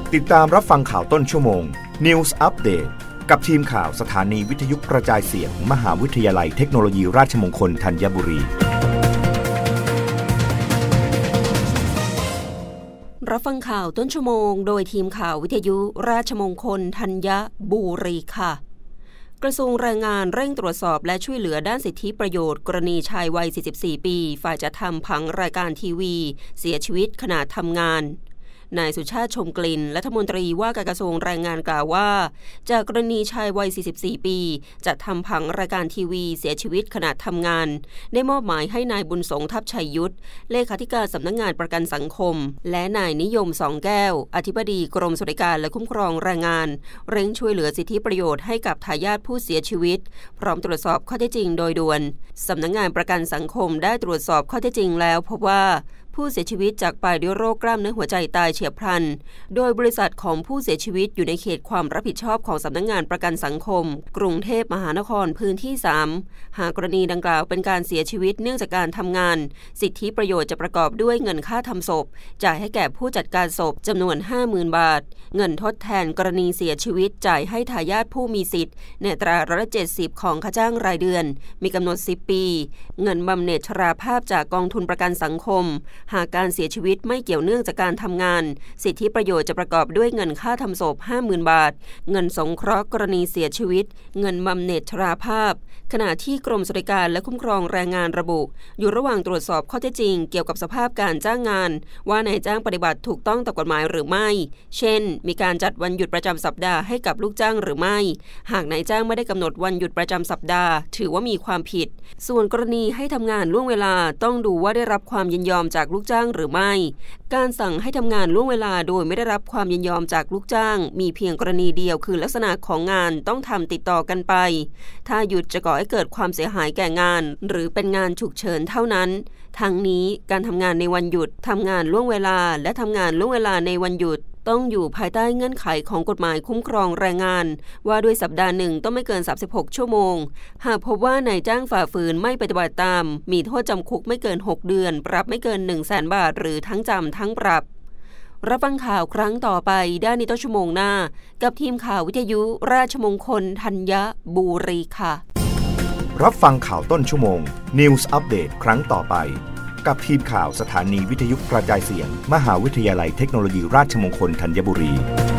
ติดตามรับฟังข่าวต้นชั่วโมง News Update กับทีมข่าวสถานีวิทยุกระจายเสียง มหาวิทยาลัยเทคโนโลยีราชมงคลธัญบุรีรับฟังข่าวต้นชั่วโมงโดยทีมข่าววิทยุราชมงคลธัญบุรีค่ะกระทรวงแรงงานเร่งตรวจสอบและช่วยเหลือด้านสิทธิประโยชน์กรณีชายวัย 44 ปีฝ่ายจัดทำผังรายการทีวีเสียชีวิตขณะทำงานนายสุชาติชมกลิ่นรัฐมนตรีว่าการกระทรวงแรงงานกล่าวว่าจากกรณีชายวัย 44 ปีจัดทำผังรายการทีวีเสียชีวิตขณะทำงานได้มอบหมายให้นายบุญสงทัพชัยยุทธเลขาธิการสำนักงานประกันสังคมและนายนิยมสองแก้วอธิบดีกรมสวัสดิการและคุ้มครองแรงงานเร่งช่วยเหลือสิทธิประโยชน์ให้กับทายาทผู้เสียชีวิตพร้อมตรวจสอบข้อเท็จจริงโดยด่วนสำนักงานประกันสังคมได้ตรวจสอบข้อเท็จจริงแล้วพบว่าผู้เสียชีวิตจากไปด้วยโรคกล้ามเนื้อหัวใจตายเฉียบพลันโดยบริษัทของผู้เสียชีวิตอยู่ในเขตความรับผิดชอบของสำนักงานประกันสังคมกรุงเทพมหานครพื้นที่ 3หากกรณีดังกล่าวเป็นการเสียชีวิตเนื่องจากการทำงานสิทธิประโยชน์จะประกอบด้วยเงินค่าทำศพจ่ายให้แก่ผู้จัดการศพจำนวน 50,000 บาทเงินทดแทนกรณีเสียชีวิตจ่ายให้ทายาทผู้มีสิทธิ์ในอัตรา170%ของค่าจ้างรายเดือนมีกำหนด10 ปีเงินบำเหน็จชราภาพจากกองทุนประกันสังคมหากการเสียชีวิตไม่เกี่ยวเนื่องจากการทำงานสิทธิประโยชน์จะประกอบด้วยเงินค่าทำศพ 50,000 บาทเงินสงเคราะห์กรณีเสียชีวิตเงินบำเหน็จชราภาพขณะที่กรมสวัสดิการและคุ้มครองแรงงานระบุอยู่ระหว่างตรวจสอบข้อเท็จจริงเกี่ยวกับสภาพการจ้างงานว่านายจ้างปฏิบัติถูกต้องตามกฎหมายหรือไม่เช่นมีการจัดวันหยุดประจำสัปดาห์ให้กับลูกจ้างหรือไม่หากนายจ้างไม่ได้กำหนดวันหยุดประจำสัปดาห์ถือว่ามีความผิดส่วนกรณีให้ทำงานล่วงเวลาต้องดูว่าได้รับความยินยอมจากลูกจ้างหรือไม่การสั่งให้ทำงานล่วงเวลาโดยไม่ได้รับความยินยอมจากลูกจ้างมีเพียงกรณีเดียวคือลักษณะของงานต้องทำติดต่อกันไปถ้าหยุดจะก่อให้เกิดความเสียหายแก่งานหรือเป็นงานฉุกเฉินเท่านั้นทั้งนี้การทำงานในวันหยุดทำงานล่วงเวลาและทำงานล่วงเวลาในวันหยุดต้องอยู่ภายใต้เงื่อนไขของกฎหมายคุ้มครองแรงงานว่าด้วยสัปดาห์หนึ่งต้องไม่เกิน36ชั่วโมงหากพบว่านายจ้างฝ่าฝืนไม่ปฏิบัติตามมีโทษจำคุกไม่เกิน6 เดือนปรับไม่เกิน 100,000 บาทหรือทั้งจำทั้งปรับรับฟังข่าวครั้งต่อไปได้ในต้นชั่วโมงหน้ากับทีมข่าววิทยุราชมงคลธัญบุรีค่ะรับฟังข่าวต้นชั่วโมง News Update ครั้งต่อไปกับทีมข่าวสถานีวิทยุกระจายเสียงมหาวิทยาลัยเทคโนโลยีราชมงคลธัญบุรี